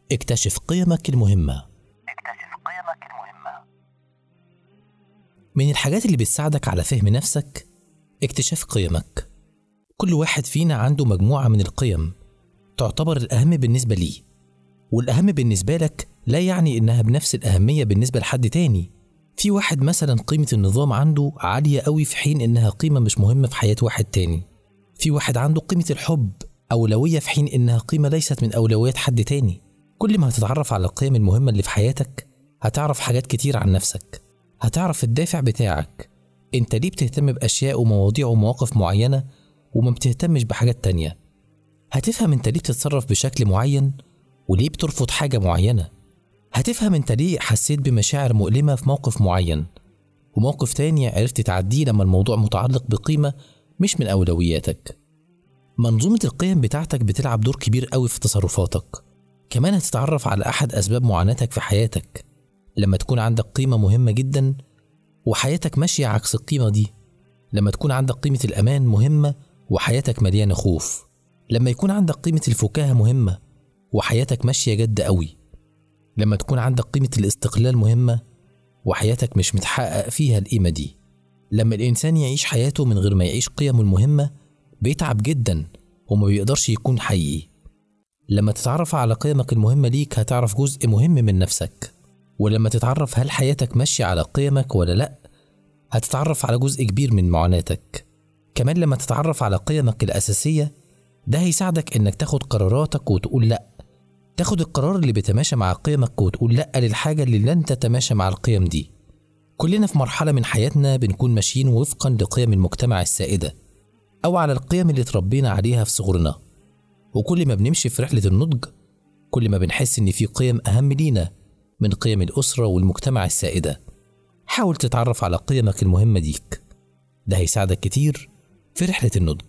اكتشف قيمك المهمة. من الحاجات اللي بتساعدك على فهم نفسك اكتشاف قيمك. كل واحد فينا عنده مجموعة من القيم تعتبر الأهم بالنسبة ليه، والأهم بالنسبة لك لا يعني إنها بنفس الأهمية بالنسبة لحد تاني. في واحد مثلا قيمة النظام عنده عالية قوي في حين إنها قيمة مش مهمة في حياة واحد تاني. في واحد عنده قيمة الحب أولوية في حين إنها قيمة ليست من أولويات حد تاني. كل ما هتتعرف على القيم المهمة اللي في حياتك هتعرف حاجات كتير عن نفسك. هتعرف الدافع بتاعك، انت ليه بتهتم بأشياء ومواضيع ومواقف معينة وما بتهتمش بحاجات تانية. هتفهم انت ليه بتتصرف بشكل معين وليه بترفض حاجة معينة. هتفهم انت ليه حسيت بمشاعر مؤلمة في موقف معين، وموقف تاني عرفت تعديه لما الموضوع متعلق بقيمة مش من أولوياتك. منظومة القيم بتاعتك بتلعب دور كبير قوي في تصرفاتك. كمان هتتعرف على أحد أسباب معاناتك في حياتك. لما تكون عندك قيمة مهمة جدا وحياتك ماشية عكس القيمة دي. لما تكون عندك قيمة الأمان مهمة وحياتك مليانة خوف. لما يكون عندك قيمة الفكاهة مهمة وحياتك ماشية جد قوي. لما تكون عندك قيمة الاستقلال مهمة وحياتك مش متحقق فيها القيمة دي. لما الإنسان يعيش حياته من غير ما يعيش قيمه المهمة بيتعب جدا وما بيقدرش يكون حقيقي. لما تتعرف على قيمك المهمة ليك هتعرف جزء مهم من نفسك. ولما تتعرف هل حياتك ماشية على قيمك ولا لأ هتتعرف على جزء كبير من معاناتك. كمان لما تتعرف على قيمك الأساسية ده هيساعدك إنك تاخد قراراتك وتقول لأ. تاخد القرار اللي بيتماشى مع قيمك وتقول لأ للحاجة اللي لن تتماشى مع القيم دي. كلنا في مرحلة من حياتنا بنكون ماشيين وفقا لقيم المجتمع السائدة أو على القيم اللي تربينا عليها في صغرنا. وكل ما بنمشي في رحلة النضج كل ما بنحس إن في قيم أهم لينا من قيم الأسرة والمجتمع السائدة. حاول تتعرف على قيمك المهمة ديك، ده هيساعدك كتير في رحلة النضج.